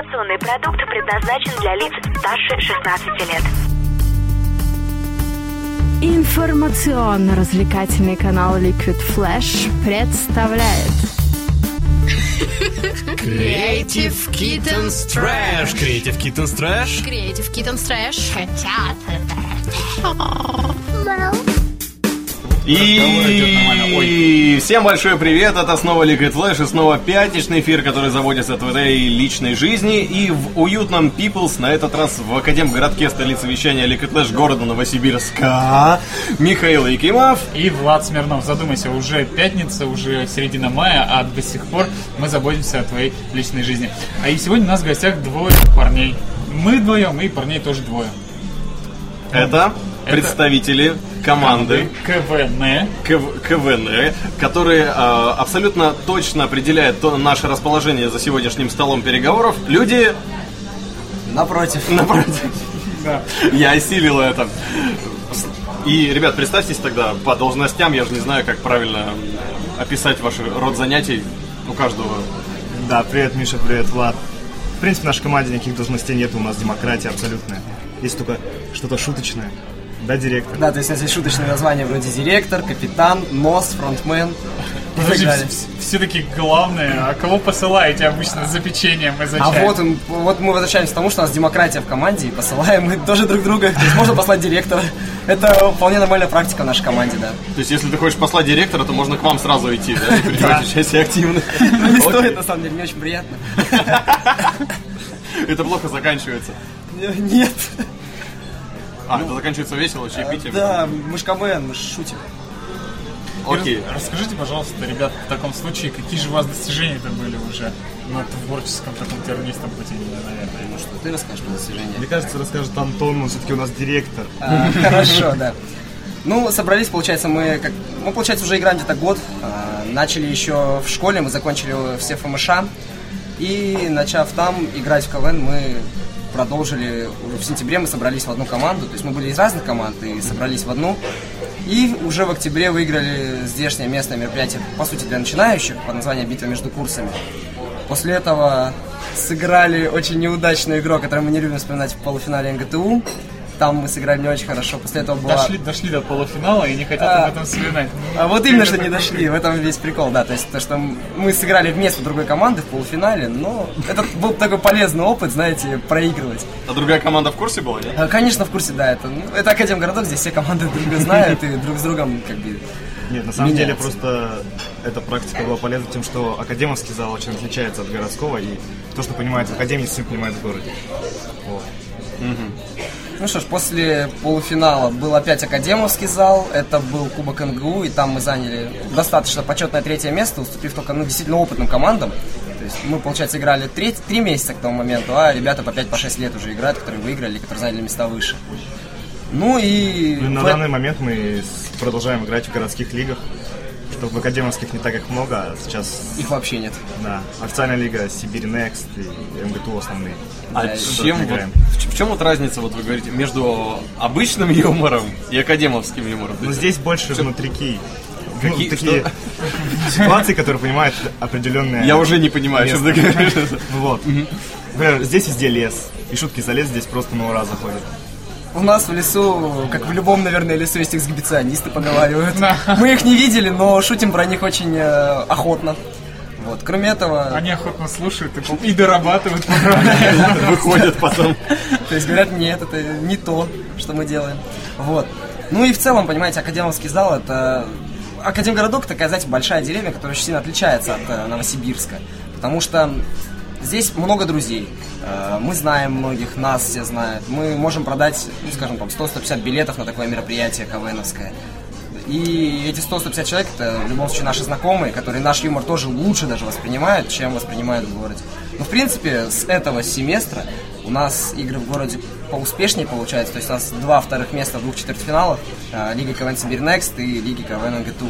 Информационный продукт предназначен для лиц старше 16 лет. Информационно-развлекательный канал Liquid Flash представляет Creative Kittens Trash. Creative Kittens Trash. Creative Kittens Trash. И всем большой привет, это снова Liquid Flash и снова пятничный эфир, который заводится в твоей личной жизни. И в уютном People's, на этот раз в Академгородке, столице вещания Liquid Flash города Новосибирска, Михаил Якимов и Влад Смирнов. Задумайся, уже пятница, уже середина мая, а до сих пор мы заботимся о твоей личной жизни. А и сегодня у нас в гостях двое парней. Мы вдвоем, и парней тоже двое. Это представители команды КВН, которые абсолютно точно определяют наше расположение за сегодняшним столом переговоров. Люди напротив. Да. Я осилил это. И, ребят, представьтесь тогда по должностям. Я же не знаю, как правильно описать ваш род занятий у каждого. Да, привет, Миша, привет, Влад. В принципе, в нашей команде никаких должностей нет, у нас демократия абсолютная. Есть только что-то шуточное. Да, директор. Да, то есть у нас есть шуточные названия вроде директор, капитан, нос, фронтмен. Все такие главные. А кого посылаете обычно за печеньем и за чаем? А вот мы возвращаемся к тому, что у нас демократия в команде, и посылаем мы тоже друг друга. То есть можно послать директора. Это вполне нормальная практика в нашей команде, да. То есть если ты хочешь послать директора, то можно к вам сразу идти, да? И принимать участие активно. Не стоит, на самом деле, мне очень приятно. Это плохо заканчивается. Нет. Это заканчивается весело, чаепитием. Да, мы ж КВН, мы ж шутим. Окей. Расскажите, пожалуйста, ребят, в таком случае, какие же у вас достижения-то были уже на творческом таком тернистом пути, наверное? Ну что, ты расскажешь про достижения? Мне кажется, расскажет Антон, он все-таки у нас директор. Хорошо, да. Ну, собрались, получается, мы уже играем где-то год. Начали еще в школе, мы закончили все ФМШ. И, начав там играть в КВН, мы продолжили, уже в сентябре мы собрались в одну команду, то есть мы были из разных команд и собрались в одну. И уже в октябре выиграли здешнее местное мероприятие, по сути, для начинающих, под названием «Битва между курсами». После этого сыграли очень неудачную игру, которую мы не любим вспоминать, в полуфинале НГТУ. Там мы сыграли не очень хорошо, после этого была... Дошли до полуфинала и не хотят об этом вспоминать. А вот именно, что не дошли, в этом весь прикол, да, то есть то, что мы сыграли вместо другой команды в полуфинале, но это был такой полезный опыт, знаете, проигрывать. А другая команда в курсе была, нет? Конечно, в курсе, да, это Академгородок, здесь все команды друг друга знают и друг с другом как бы... Нет, на самом деле просто эта практика была полезна тем, что академовский зал очень отличается от городского, и то, что понимают в академии, не совсем понимают в городе. Вот. Ну что ж, после полуфинала был опять академовский зал, это был Кубок НГУ, и там мы заняли достаточно почетное 3-е место, уступив только действительно опытным командам. То есть мы, получается, играли 3 месяца к тому моменту, а ребята по 5-6 лет уже играют, которые выиграли, которые заняли места выше. Ну и... На данный момент мы продолжаем играть в городских лигах. Что в академовских не так их много, а сейчас... Их вообще нет. Да, официальная лига Сибирь Next и МГТУ основные. В чем вот разница, вот вы говорите, между обычным юмором и академовским юмором? Ну здесь больше внутрики. Такие ситуации, которые понимают определенные... Я уже не понимаю, что ты говоришь. Вот. Например, здесь везде лес, и шутки за лес здесь просто на ура заходят. У нас в лесу, как в любом, наверное, лесу, есть эксгибиционисты, поговаривают. Мы их не видели, но шутим про них очень охотно. Вот, кроме этого... Они охотно слушают и дорабатывают, выходят потом. То есть говорят, нет, это не то, что мы делаем. Вот. Ну и в целом, понимаете, академовский зал — это... Академгородок — такая, знаете, большая деревня, которая очень сильно отличается от Новосибирска. Потому что здесь много друзей. Мы знаем многих, нас все знают. Мы можем продать, ну, скажем, там 100-150 билетов на такое мероприятие КВНовское. И эти 100-150 человек — это в любом случае наши знакомые, которые наш юмор тоже лучше даже воспринимают, чем воспринимают в городе. Но в принципе с этого семестра у нас игры в городе поуспешнее получаются. То есть у нас 2 вторых места в 2 четвертьфиналах. Лига КВН Сибирь Next и Лиги КВН НГТУ.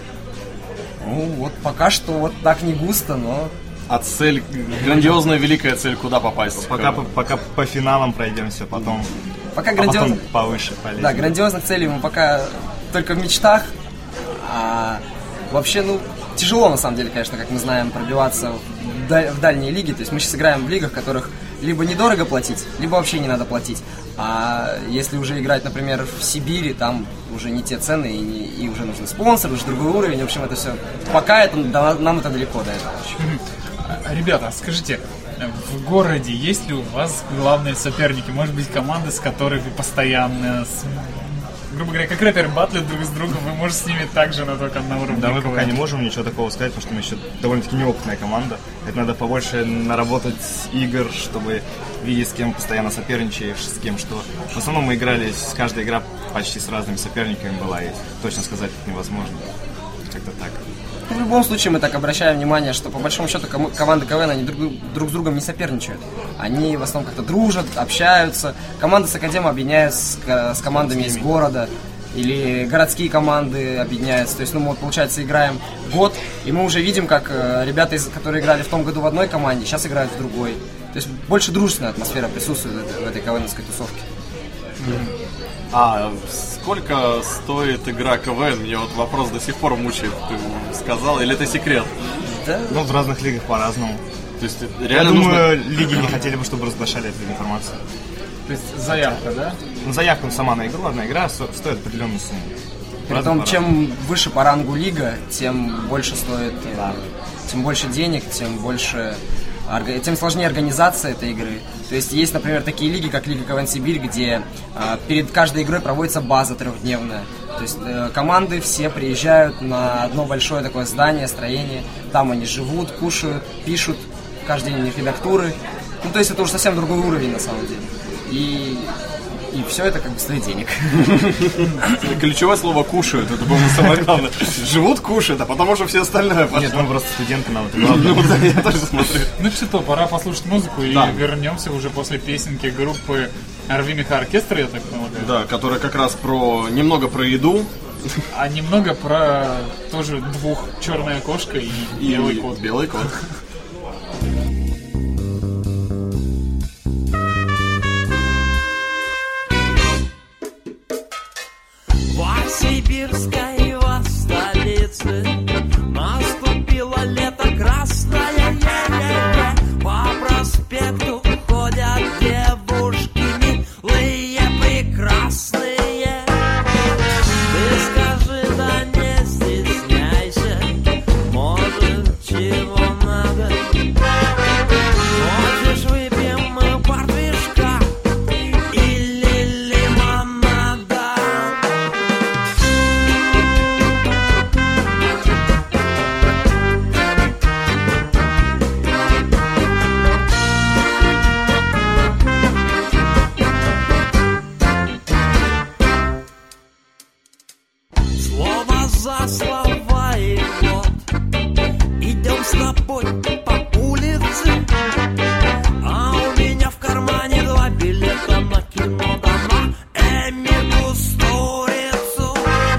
Ну вот пока что вот так не густо, но... А цель, грандиозная, великая цель, куда попасть? Пока по финалам пройдемся, потом повыше полезем. Да, грандиозных целей мы пока только в мечтах. А вообще, ну, тяжело, на самом деле, конечно, как мы знаем, пробиваться в дальние лиги. То есть мы сейчас играем в лигах, в которых либо недорого платить, либо вообще не надо платить. А если уже играть, например, в Сибири, там уже не те цены, и уже нужны спонсоры, уже другой уровень. В общем, это все... Пока нам это далеко до этого. Ребята, скажите, в городе есть ли у вас главные соперники? Может быть, команды, с которыми постоянно... грубо говоря, как рэперы батлят друг с другом, вы можете с ними также на только на уровне. Да, мы пока не можем ничего такого сказать, потому что мы еще довольно-таки неопытная команда. Это надо побольше наработать игр, чтобы видеть, с кем постоянно соперничаешь, с кем что. В основном мы играли, каждая игра почти с разными соперниками была, и точно сказать это невозможно. Как-то так. В любом случае мы так обращаем внимание, что по большому счету команды КВН, они друг с другом не соперничают. Они в основном как-то дружат, общаются. Команды с Академа объединяются с командами из города. Или городские команды объединяются. То есть, мы, получается, играем год, и мы уже видим, как ребята, которые играли в том году в одной команде, сейчас играют в другой. То есть, больше дружественная атмосфера присутствует в этой КВНовской тусовке. А сколько стоит игра КВН? Мне вот вопрос до сих пор мучает. Ты сказал, или это секрет? Да. Ну, в разных лигах по-разному. То есть реально я думаю, лиги не хотели бы, чтобы разглашали эту информацию. То есть заявка, да? Ну, заявка сама на игру, одна игра стоит определенную сумму. Притом, чем выше по рангу лига, тем больше стоит, тем больше денег, тем сложнее организация этой игры. То есть есть, например, такие лиги, как Лига КВН Сибирь, где перед каждой игрой проводится база трехдневная. То есть команды все приезжают на одно большое такое здание, строение. Там они живут, кушают, пишут. Каждый день у них редактуры. Ну, то есть это уже совсем другой уровень на самом деле. И все это как бы стоит денег. Ключевое слово «кушают», это, по-моему, самое главное. Живут, кушают, а потом уже все остальное пошло. Нет, мы просто студенты, нам это главное. Ну да, я тоже смотрю. Ну что, пора послушать музыку и вернемся уже после песенки группы «Рви меха оркестра», я так полагаю. Да, которая как раз немного про еду. А немного про тоже двух: черная кошка и белый кот. Белый кот. Сибирской во столице наступило лето красное, по проспекту ходят девушки милые, прекрасные. Ты скажи, да не стесняйся, может, чего надо. Хочешь, выпьем мы портвишка или лимонада? Слово за слова, и вот идем с тобой по улице, а у меня в кармане 2 билета на кино, да на Эми Кустурицу.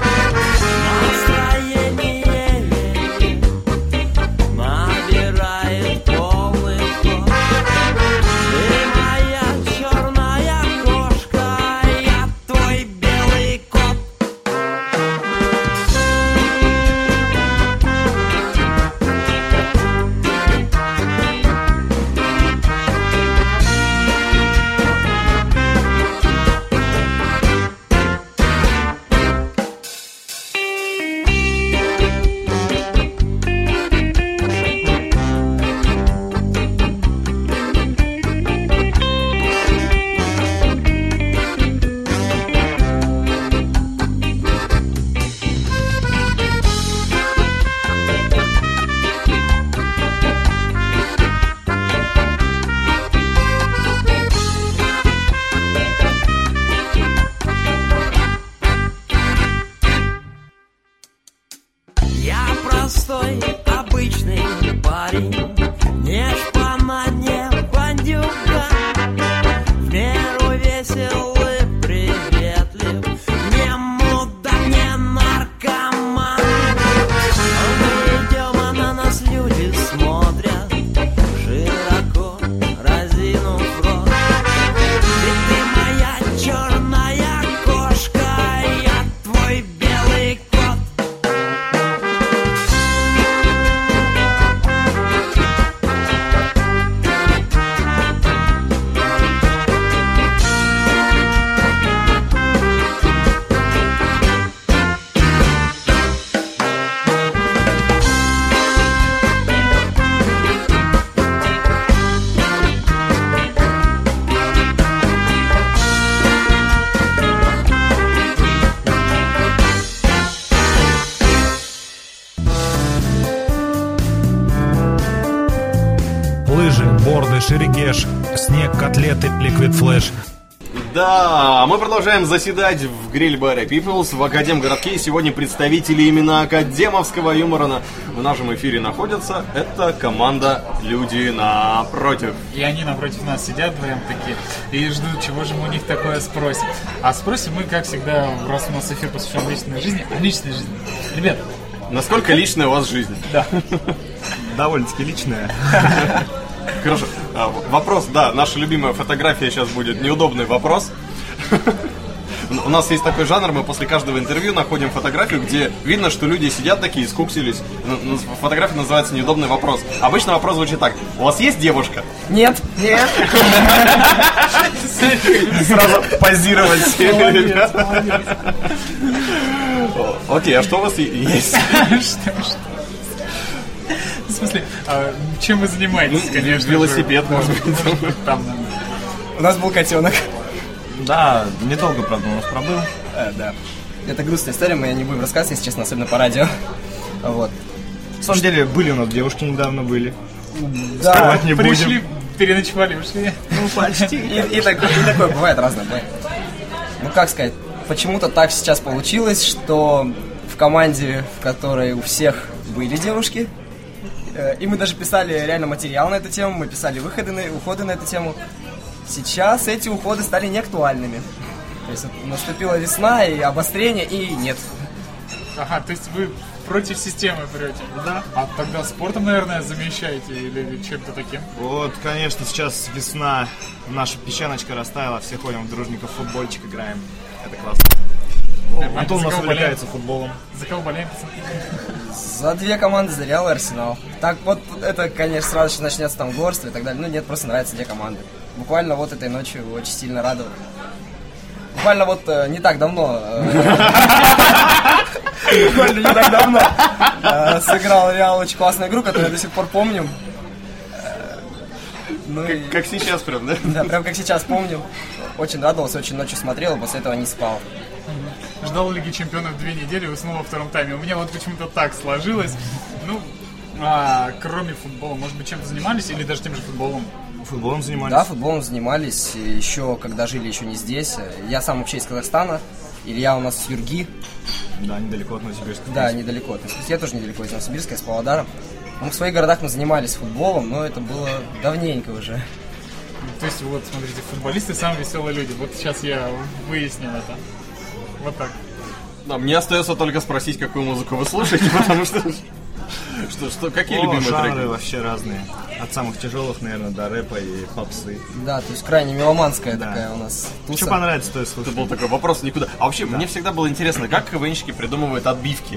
Настроение набирает полный ход. Ты моя черная кошка, я твой белый кот. Я простой, обычный парень, не шпана, не бандюга, в меру весел и приветлив, не мудак, не наркоман. Мы идем, а на нас люди смотрят, широко разинув рот. Ведь ты моя черная кошка, я твой белый кот. Флэш и Регеш, снег, котлеты, Liquid Flash. Да, мы продолжаем заседать в гриль-баре Peoples в Академгородке. И сегодня представители именно академовского юмора в нашем эфире находятся. Это команда «Люди напротив». И они напротив нас сидят вдвоем такие и ждут, чего же мы у них такое спросим. А спросим мы, как всегда, раз у нас эфир посвящен личной жизни, о личной жизни. Ребят, насколько личная у вас жизнь? Да. Довольно-таки личная. Хорошо. Вопрос, да, наша любимая фотография сейчас будет. Неудобный вопрос. У нас есть такой жанр, мы после каждого интервью находим фотографию, где видно, что люди сидят такие, скуксились. Фотография называется «Неудобный вопрос». Обычно вопрос звучит так: у вас есть девушка? Нет. Сразу позировать. Окей, а что у вас есть? В смысле, чем вы занимаетесь, конечно? Велосипед, может быть. У нас был котенок. Да, недолго, правда, у нас пробыл. Да. Это грустная история, мы не будем рассказывать, если честно, особенно по радио. Вот. На самом деле, были у нас девушки недавно были. Да, Скрывать не Пришли, будем. переночевали, ушли. Ну, почти. и такое бывает, разное бывает. Ну, как сказать, почему-то так сейчас получилось, что в команде, в которой у всех были девушки, и мы даже писали реально материал на эту тему, мы писали уходы на эту тему. Сейчас эти уходы стали неактуальными. То есть наступила весна и обострение, и нет. Ага, то есть вы против системы прете? Да. А тогда спортом, наверное, замещаете или чем-то таким? Вот, конечно, сейчас весна, наша песчаночка растаяла, все ходим в дружников, футбольчик играем. Это классно. Антон у нас увлекается футболом. За кого болеем, пацаны? За две команды, за Реал и Арсенал. Так вот, это, конечно, сразу же начнется там горство и так далее. Ну нет, просто нравятся две команды. Буквально вот этой ночью очень сильно радовал. Буквально вот не так давно сыграл Реал очень классную игру, которую я до сих пор помню. Как сейчас прям, да? Да, прям как сейчас помню. Очень радовался, очень ночью смотрел, и после этого не спал. Ждал Лиги Чемпионов 2 недели и уснул во втором тайме. У меня вот почему-то так сложилось. Ну, кроме футбола, может быть, чем-то занимались или даже тем же футболом? Футболом занимались? Да, футболом занимались еще, когда жили еще не здесь. Я сам вообще из Казахстана. Илья у нас с Юрги. Да, недалеко от Новосибирска. Да, недалеко. То есть я тоже недалеко из Новосибирска, из Павлодара. Ну, в своих городах мы занимались футболом, но это было давненько уже. То есть, вот, смотрите, футболисты самые веселые люди. Вот сейчас я выяснил это. Вот так. Да, мне остается только спросить, какую музыку вы слушаете, потому что... Какие любимые жанры треки? вообще разные. От самых тяжелых, наверное, до рэпа и попсы. Да, то есть крайне меломанская Да. такая у нас туса. Что понравится, то есть Это слушать. был такой вопрос никуда. А вообще, мне всегда было интересно, как КВНщики придумывают отбивки.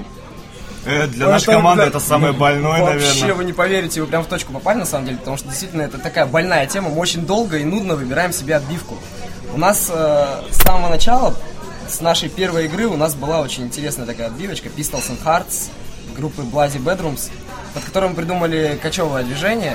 Для нашей команды это самое больное, Вообще, наверное. вы не поверите, вы прям в точку попали, на самом деле, потому что действительно это такая больная тема. Мы очень долго и нудно выбираем себе отбивку. У нас с самого начала, с нашей первой игры, у нас была очень интересная такая отбивочка Pistols and Hearts группы Bloody Bedrooms, под которым мы придумали кочевое движение.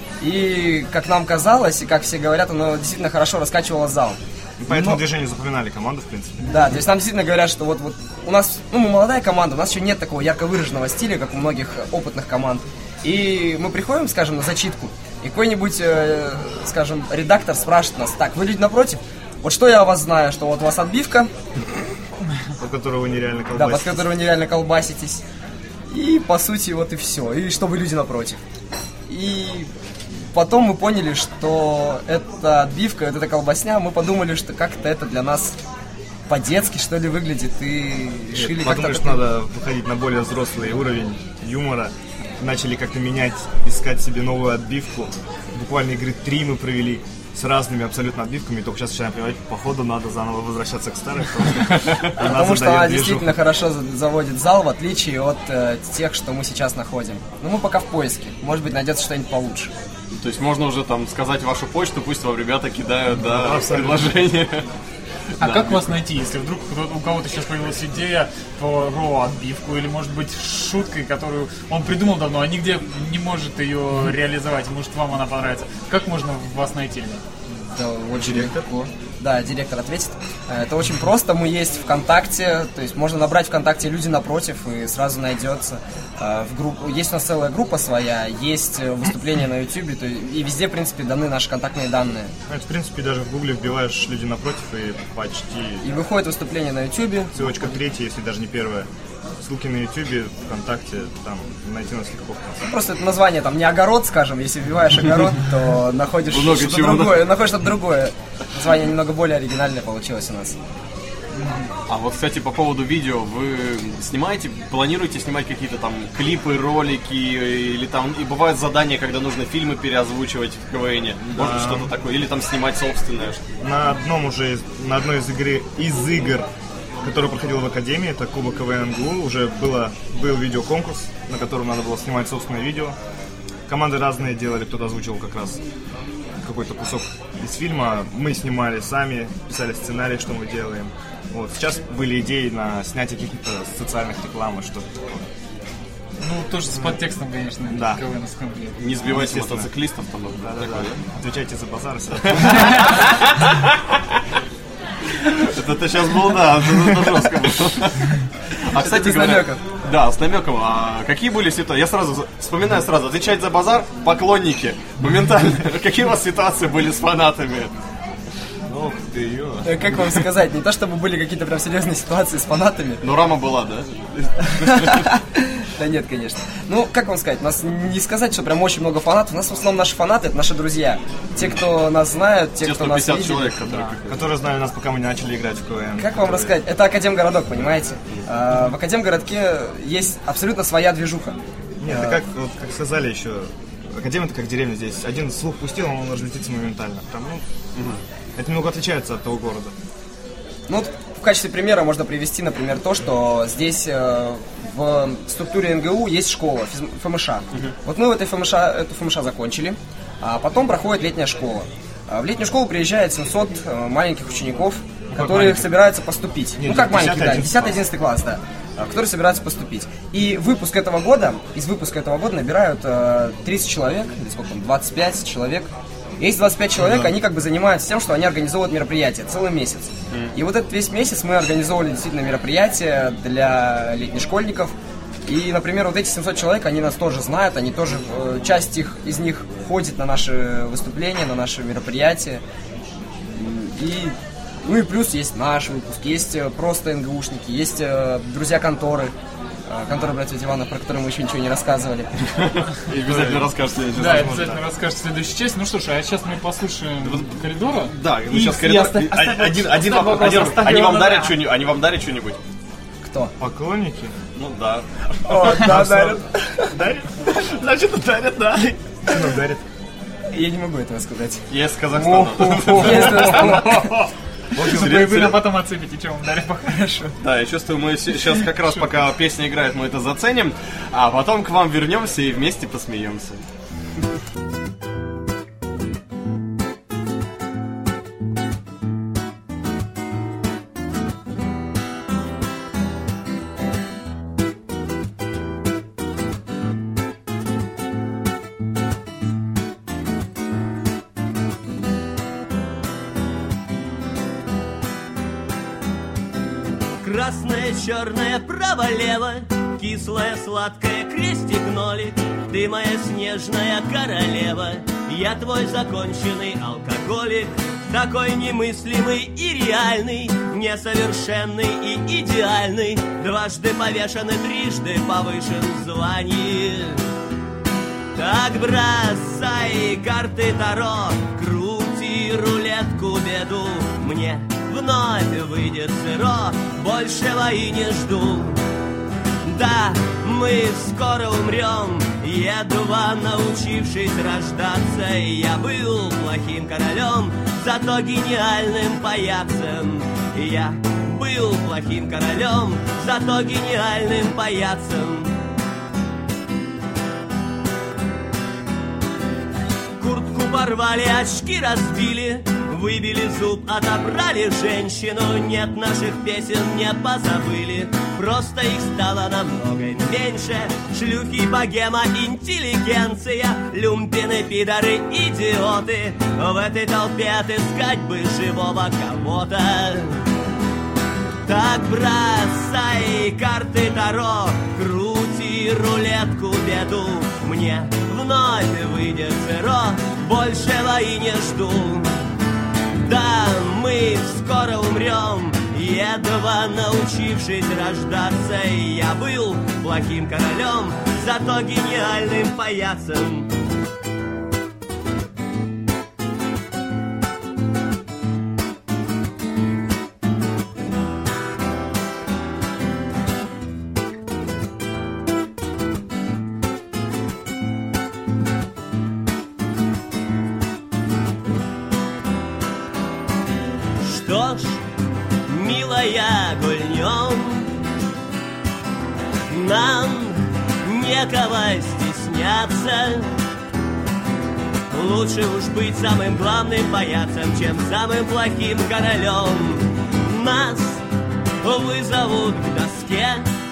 И, как нам казалось, и как все говорят, оно действительно хорошо раскачивало зал. И по этому движению запоминали команду, в принципе. Да, то есть нам действительно говорят, что вот у нас, мы молодая команда, у нас еще нет такого ярко выраженного стиля, как у многих опытных команд. И мы приходим, скажем, на зачитку, и какой-нибудь, скажем, редактор спрашивает нас: так, вы люди напротив, вот что я о вас знаю, что вот у вас отбивка, Под которого вы нереально да, колбаситесь. под которую вы нереально колбаситесь, и по сути вот и все, и что вы люди напротив. И потом мы поняли, что это отбивка, это колбасня, мы подумали, что как-то это для нас по-детски, что ли, выглядит, и решили как-то... Подумали, что надо выходить на более взрослый уровень юмора. Начали как-то менять, искать себе новую отбивку. Буквально игры 3 мы провели с разными абсолютно отбивками. И только сейчас начинаем понимать, походу надо заново возвращаться к старой. Потому что она действительно хорошо заводит зал, в отличие от тех, что мы сейчас находим. Но мы пока в поиске. Может быть, найдется что-нибудь получше. То есть можно уже там сказать вашу почту, пусть вам ребята кидают, да, предложения. А как вас найти, если вдруг у кого-то сейчас появилась идея про отбивку или, может быть, шуткой, которую он придумал давно, а нигде не может ее реализовать, может, вам она понравится. Как можно вас найти? Да, очень легко. Да, директор ответит. Это очень просто, мы есть ВКонтакте, то есть можно набрать ВКонтакте «Люди напротив» и сразу найдется. Есть у нас целая группа своя, есть выступления на YouTube, и везде, в принципе, даны наши контактные данные. В принципе, даже в Гугле вбиваешь «Люди напротив» и почти... И выходит выступление на YouTube. Ссылочка 3, если даже не первая. Ссылки на YouTube, ВКонтакте, там найти нас легко. Просто это название там не огород, скажем, если вбиваешь огород, то находишь что-то другое. Находишь что-то другое. Название немного более оригинальное получилось у нас. А вот, кстати, по поводу видео, вы снимаете, планируете снимать какие-то там клипы, ролики, или там, и бывают задания, когда нужно фильмы переозвучивать в КВНе, может быть, что-то такое, или там снимать собственное? На одной из игр, который проходил в Академии, это Кубок КВН МГУ, уже был видеоконкурс, на котором надо было снимать собственное видео. Команды разные делали, кто-то озвучил как раз какой-то кусок из фильма. Мы снимали сами, писали сценарий, что мы делаем. Вот. Сейчас были идеи на снятие каких-то социальных реклам и что-то такое. Ну, тоже с подтекстом, конечно, да. КВНовском. Не сбивайте мотоциклистов там. Да. Отвечайте за базар. Это сейчас был, да, это жестко было. А, кстати говоря, да, с намеком, а какие были ситуации? Я вспоминаю сразу, отвечать за базар, поклонники, моментально. Какие у вас ситуации были с фанатами? Ох ты, ё. Как вам сказать, не то чтобы были какие-то прям серьезные ситуации с фанатами. Ну, рама была, да? Да нет, конечно. Ну, как вам сказать, у нас не сказать, что прям очень много фанатов. У нас в основном наши фанаты — это наши друзья. Те, кто нас знают, те, кто нас видели. человек, которые знали нас, пока мы не начали играть в КВН. Как вам рассказать? Это Академгородок, понимаете? В Академгородке есть абсолютно своя движуха. Нет, это как сказали еще, Академия — это как деревня здесь. Один слух пустил, он разлетится моментально. Там, это немного отличается от того города. Ну, вот в качестве примера можно привести, например, то, что здесь в структуре НГУ есть школа, ФМШ. Вот мы в эту ФМШ закончили, а потом проходит летняя школа. В летнюю школу приезжает 700 маленьких учеников, которые собираются поступить. Нет, ну, как маленькие, да, 10-11 класс, да. Которые собираются поступить. И из выпуска этого года набирают 30 человек, или сколько там, 25 человек. И эти 25 человек, они как бы занимаются тем, что они организовывают мероприятия целый месяц. И вот этот весь месяц мы организовывали действительно мероприятия для летних школьников. И, например, вот эти 700 человек, они нас тоже знают, они тоже, часть из них ходит на наши выступления, на наши мероприятия. Ну и плюс есть наш выпуск, есть просто НГУшники, есть друзья конторы братьев Иванов, про которые мы еще ничего не рассказывали. И обязательно расскажешь в следующей части. Да, обязательно расскажешь в следующей части. Ну что ж, а сейчас мы послушаем коридора. Да, мы сейчас коридор. Один вопрос. Они вам дарят что-нибудь? Кто? Поклонники? Ну да. О, да, дарят. Дарят? Значит, дарят, да. Ну, дарят. Я не могу этого сказать. Я из Казахстана. Вы нам потом оцепите, что вам дали хорошо. Да, я чувствую, мы сейчас как раз, пока песня играет, мы это заценим, а потом к вам вернемся и вместе посмеемся. Красное, черное, право-лево, кислое, сладкое, крестик-нолик. Ты моя снежная королева, я твой законченный алкоголик. Такой немыслимый и реальный, несовершенный и идеальный. Дважды повешен и трижды повышен в звании. Так бросай карты Таро, крути рулетку беду. Мне вновь выйдет сыро, большего и не жду. Да, мы скоро умрем, едва научившись рождаться. Я был плохим королем, зато гениальным паяцем. Я был плохим королем, зато гениальным паяцем. Куртку порвали, очки разбили, выбили зуб, отобрали женщину. Нет, наших песен не позабыли, просто их стало намного меньше. Шлюхи, богема, интеллигенция, люмпины, пидоры, идиоты. В этой толпе отыскать бы живого кого-то. Так бросай карты Таро, крути рулетку беду. Мне вновь выйдет зеро, большего и не жду. Да, мы скоро умрем, едва научившись рождаться. Я был плохим королем, зато гениальным паяцем. Что ж, милая, гульнем, нам некого стесняться. Лучше уж быть самым главным паяцем, чем самым плохим королем. Нас вызовут к доске,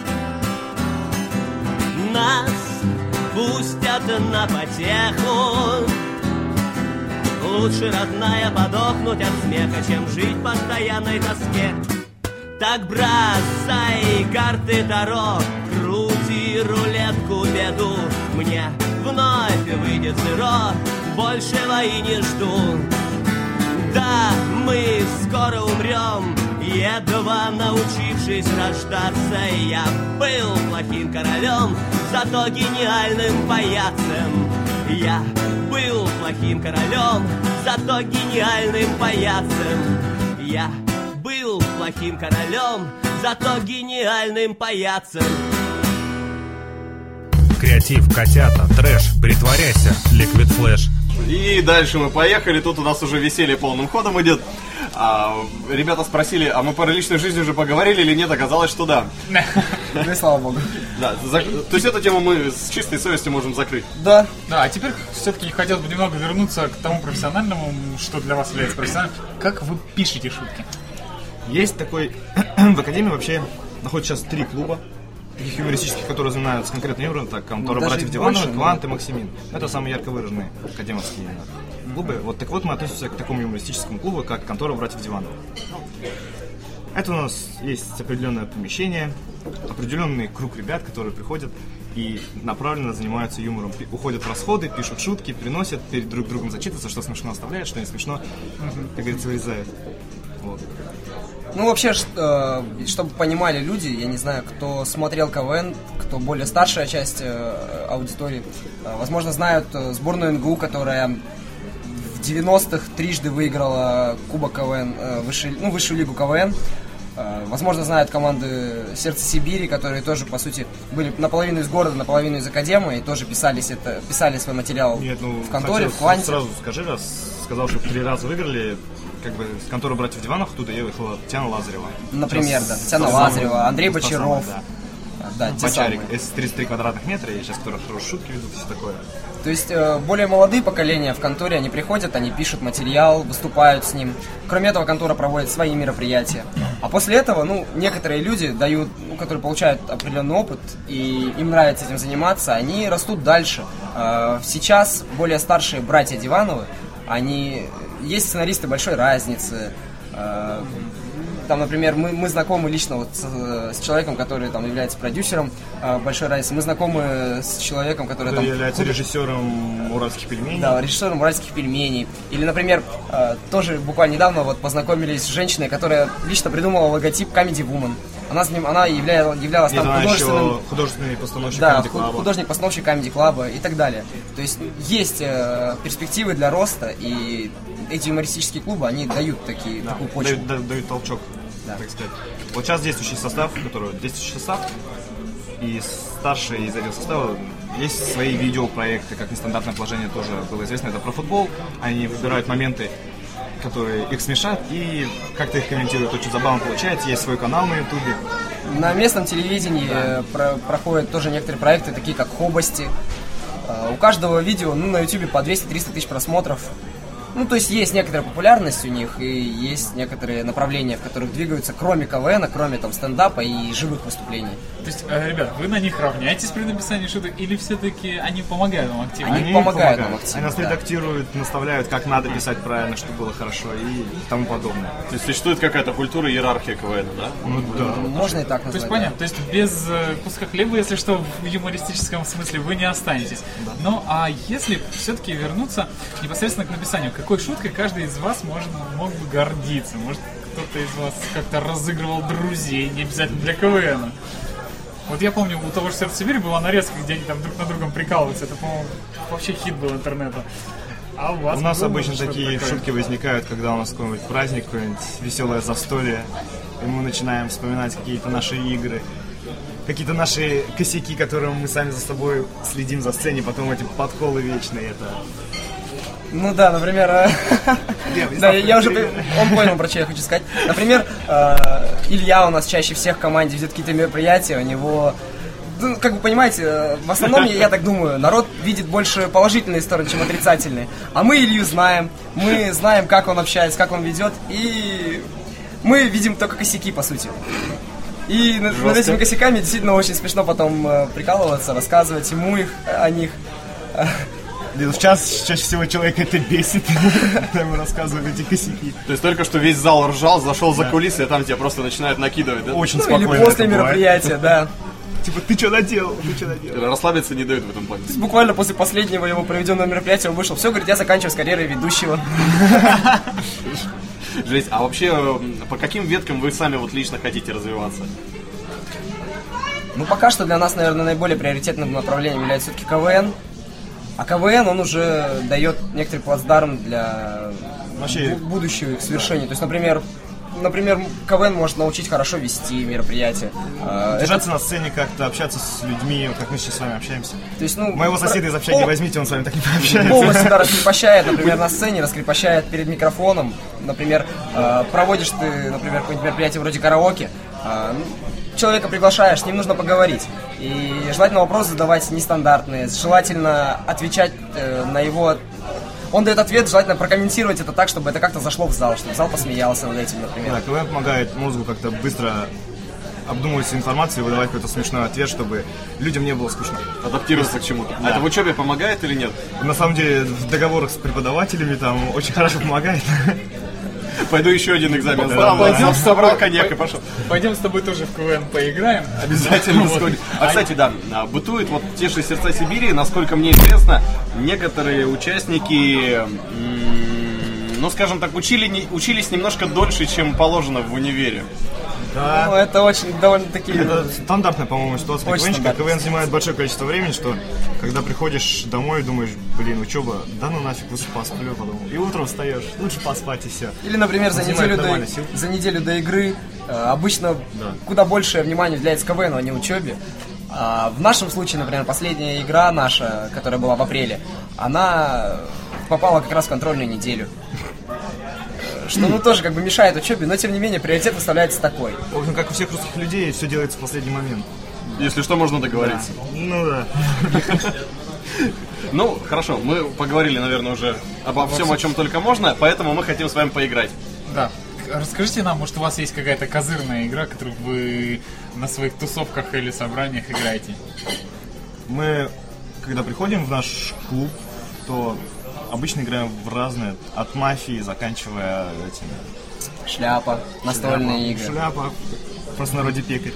нас пустят на потеху. Лучше, родная, подохнуть от смеха, чем жить в постоянной тоске. Так бросай карты Таро, крути рулетку беду. Мне вновь выйдет зеро, большего и не жду. Да, мы скоро умрем, едва научившись рождаться. Я был плохим королем, зато гениальным паяцем. Я был плохим королем, зато гениальным паяцем. Я был плохим королем, зато гениальным паяцем. Креатив, котята, трэш, притворяйся, Liquid Flash. И дальше мы поехали, тут у нас уже веселье полным ходом идет. Ребята спросили, а мы про личную жизнь уже поговорили или нет? Оказалось, что да. Ну и слава богу. Да, то есть эту тему мы с чистой совестью можем закрыть. Да. Да, а теперь все-таки хотелось бы немного вернуться к тому профессиональному, что для вас является профессиональным. Как вы пишете шутки? Есть такой... В Академии вообще находится сейчас 3 клуба, таких юмористических, которые занимаются конкретным юмором, так, контора братьев Дивановых, Квант и Максимин. Это самые ярко выраженные академовские клубы. Вот так вот мы относимся к такому юмористическому клубу, как контора братьев Дивановых. Это у нас есть определенное помещение, определенный круг ребят, которые приходят и направленно занимаются юмором. Уходят в расходы, пишут шутки, приносят, перед друг другом зачитываются, что смешно оставляют, что не смешно, как говорится, вырезают. Вот. Ну, вообще, чтобы понимали люди, я не знаю, кто смотрел КВН, кто более старшая часть аудитории, возможно, знают сборную НГУ, которая в 90-х трижды выиграла Кубок КВН, высшую лигу КВН. Возможно, знают команды «Сердце Сибири», которые тоже, по сути, были наполовину из города, наполовину из академии, и тоже писали свой материал в конторе, в Кванте. Сразу скажи, раз сказал, что 3 раза выиграли, как бы с конторы братьев Дивановых, оттуда ехала Татьяна Лазарева. Например, да, Татьяна Лазарева, Андрей Бочаров. Да, Бочарик, из 33 квадратных метра, и сейчас, которые хорошие шутки ведут, и все такое. То есть более молодые поколения в конторе, они приходят, они пишут материал, выступают с ним. Кроме этого, контора проводит свои мероприятия. А после этого, некоторые люди дают, которые получают определенный опыт, и им нравится этим заниматься, они растут дальше. Сейчас более старшие братья Дивановы, есть сценаристы большой разницы. Там, например, мы знакомы лично вот с человеком, который там является продюсером большой разницы. Мы знакомы с человеком, который там является режиссером «Уральских пельменей». Да, режиссером «Уральских пельменей». Или, например, тоже буквально недавно вот познакомились с женщиной, которая лично придумала логотип Comedy Woman. Она являлась там художественный постановщик Comedy Club. Художник-постановщик Comedy Club и так далее. То есть есть перспективы для роста, и эти юмористические клубы, они дают такую почву. Дают толчок, так сказать. Вот сейчас действующий состав, и старший из этого состава, есть свои видеопроекты, как «Нестандартное положение» тоже было известно, это про футбол. Они выбирают моменты, которые их смешат, и как-то их комментируют. Очень забавно получается. Есть свой канал на ютубе. На местном телевидении проходят тоже некоторые проекты, такие как «Хобости». У каждого видео, на YouTube по 200-300 тысяч просмотров. То есть есть некоторая популярность у них, и есть некоторые направления, в которых двигаются, кроме КВН, кроме стендапа и живых выступлений. То есть, ребят, вы на них равняетесь при написании шуток, или все-таки они помогают вам активно? Они помогают нам активно. Они нас редактируют, наставляют, как надо писать правильно, чтобы было хорошо и тому подобное. То есть существует какая-то культура, иерархия КВН, да? Да. Можно и так назвать. То есть понятно, то есть без куска хлеба, если что, в юмористическом смысле вы не останетесь. Да. Ну, а если все-таки вернуться непосредственно к написанию, какой шуткой каждый из вас мог бы гордиться? Может, кто-то из вас как-то разыгрывал друзей, не обязательно для КВН? Вот я помню, у того же «Сердца Сибири» была нарезка, где они там друг на другом прикалываются. Это, по-моему, вообще хит был интернета. А у нас обычно такие шутки возникают, когда у нас какой-нибудь праздник, какое-нибудь веселое застолье, и мы начинаем вспоминать какие-то наши игры, какие-то наши косяки, которые мы сами за собой следим за сценой, потом эти подколы вечные, это... Например, он понял, про что я хочу сказать. Например, Илья у нас чаще всех в команде ведет какие-то мероприятия, у него, как вы понимаете, в основном, я так думаю, народ видит больше положительные стороны, чем отрицательные. А мы Илью знаем, мы знаем, как он общается, как он ведет, и мы видим только косяки, по сути. И над этими косяками действительно очень смешно потом прикалываться, рассказывать ему о них. Чаще всего человека это бесит, когда ему рассказывают эти косяки. То есть только что весь зал ржал, зашел за кулисы, а там тебя просто начинают накидывать, да? Очень спокойно. Или после мероприятия, да. Типа, ты что наделал? Расслабиться не дают в этом плане. То есть буквально после последнего его проведенного мероприятия он вышел. Все, говорит, я заканчиваю с карьерой ведущего. Жесть, а вообще, по каким веткам вы сами лично хотите развиваться? Пока что для нас, наверное, наиболее приоритетным направлением является все-таки КВН. А КВН, он уже дает некоторый плацдарм для будущего их свершения. То есть, например, КВН может научить хорошо вести мероприятия. Держаться на сцене, как-то общаться с людьми, как мы сейчас с вами общаемся. То есть, моего соседа из общаги возьмите, он с вами так не пообщается. Полностью себя раскрепощает, например, на сцене, раскрепощает перед микрофоном. Например, проводишь ты, например, какое-нибудь мероприятие вроде караоке, человека приглашаешь, с ним нужно поговорить. И желательно вопросы задавать нестандартные, желательно отвечать на его... Он дает ответ, желательно прокомментировать это так, чтобы это как-то зашло в зал, чтобы зал посмеялся над этим, например. Да, КВН помогает мозгу как-то быстро обдумывать всю информацию и выдавать какой-то смешной ответ, чтобы людям не было скучно. Адаптироваться к чему-то. Да. А это в учебе помогает или нет? На самом деле, в договорах с преподавателями там очень хорошо помогает. Пойду еще один экзамен сдам. Пойдем с тобой, коньяк и пошел. Пойдем с тобой тоже в КВН поиграем. Обязательно сходим. А, кстати, да, бытует те же «Сердца Сибири», насколько мне известно, некоторые участники, скажем так, учились немножко дольше, чем положено в универе. Да. Это очень довольно-таки... Это стандартная, по-моему, ситуация. КВН занимает большое количество времени, что когда приходишь домой и думаешь, учеба, да нафиг, лучше посплю потом. И утром встаешь, лучше поспать и все. Или, например, за неделю до игры обычно куда большее внимание уделяется КВНу, а не учебе. А в нашем случае, например, последняя игра наша, которая была в апреле, она попала как раз в контрольную неделю. Что тоже мешает учебе, но тем не менее приоритет выставляется такой. В общем, как у всех русских людей, все делается в последний момент. Если что, можно договориться. Да. Хорошо, мы поговорили, наверное, уже обо всем, о чем только можно, поэтому мы хотим с вами поиграть. Да. Расскажите нам, может, у вас есть какая-то козырная игра, которую вы на своих тусовках или собраниях играете? Мы, когда приходим в наш клуб, то обычно играем в разные, от мафии, заканчивая этими... Шляпа, настольные игры. Шляпа, в простонародье пекарь.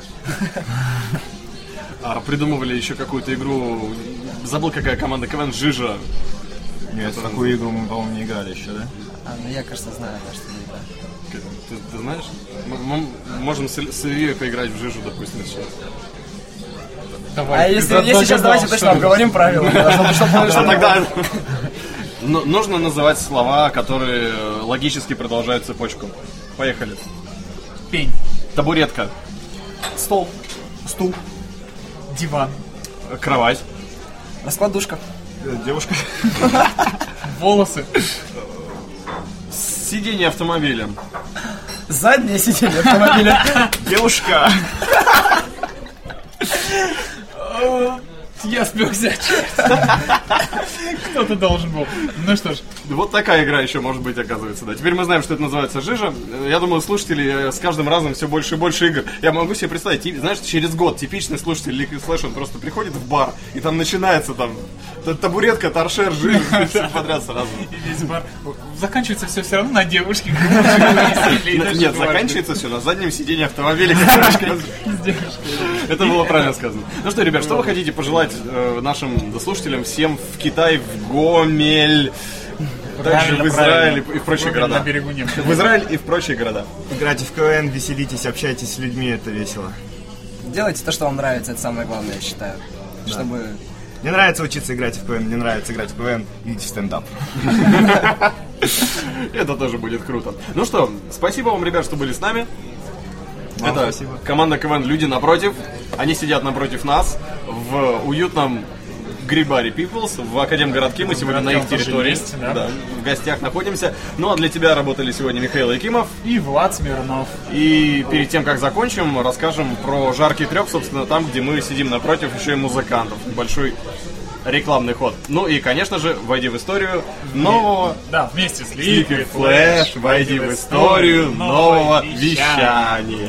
Придумывали еще какую-то игру, забыл, какая команда, КВН «Жижа». Нет, такую игру мы, по-моему, не играли еще, да? Я, кажется, знаю, что не играли. Ты знаешь? Мы можем с Ильей поиграть в «Жижу», допустим, сейчас. Давай, если сейчас давайте точно обговорим правила. Тогда нужно называть слова, которые логически продолжают цепочку. Поехали. Пень. Табуретка. Стол. Стул. Диван. Кровать. Раскладушка. Девушка. Волосы. Сиденье автомобиля. Заднее сиденье автомобиля. Девушка. Я спекся. Кто-то должен был. Ну что ж. Вот такая игра еще может быть, оказывается, да. Теперь мы знаем, что это называется жижа. Я думаю, слушатели с каждым разом все больше и больше игр. Я могу себе представить, знаешь, через год типичный слушатель Liquid Flash, он просто приходит в бар, и там начинается там табуретка, торшер, жижа, все подряд сразу. И весь бар. Заканчивается все равно на девушке. Нет, заканчивается все на заднем сиденье автомобиля. Это было правильно сказано. Ну что, ребят, что вы хотите пожелать нашим слушателям, всем в Китай, в Гомель, также в Израиль и в прочие города? В Израиль и в прочие города. Играйте в КВН, веселитесь, общайтесь с людьми, это весело. Делайте то, что вам нравится, это самое главное, я считаю. Чтобы... Мне нравится учиться играть в КВН, мне нравится играть в КВН, идите в стендап. Это тоже будет круто. Ну что, спасибо вам, ребят, что были с нами. Это спасибо. Команда КВН «Люди напротив». Они сидят напротив нас в уютном Грибаре Peoples в Академгородке. Мы сегодня на их территории. Да, в гостях находимся. Ну а для тебя работали сегодня Михаил Якимов и Влад Смирнов. И перед тем, как закончим, расскажем про жаркий трёх, собственно, там, где мы сидим напротив еще и музыкантов. Большой рекламный ход. Ну и, конечно же, войди в историю нового... Да, вместе с Liquid Flash, войди в историю нового вещания.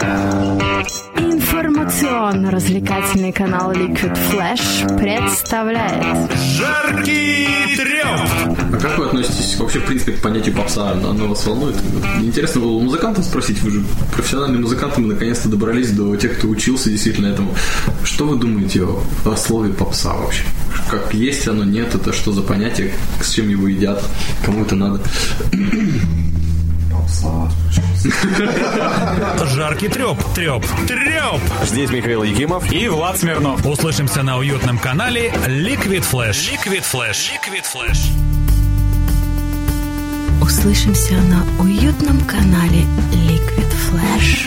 Информационно-развлекательный канал Liquid Flash представляет Жаркий трёх. А как вы относитесь вообще, в принципе, к понятию попса? Оно вас волнует? Интересно было у музыкантов спросить, вы же профессиональные музыканты, мы наконец-то добрались до тех, кто учился действительно этому. Что вы думаете о слове попса вообще? Как есть оно, нет, это что за понятие, с чем его едят, кому это надо? Попса. Жаркий трёп. Здесь Михаил Якимов и Влад Смирнов. Услышимся на уютном канале Liquid Flash. Услышимся на уютном канале Liquid Flash.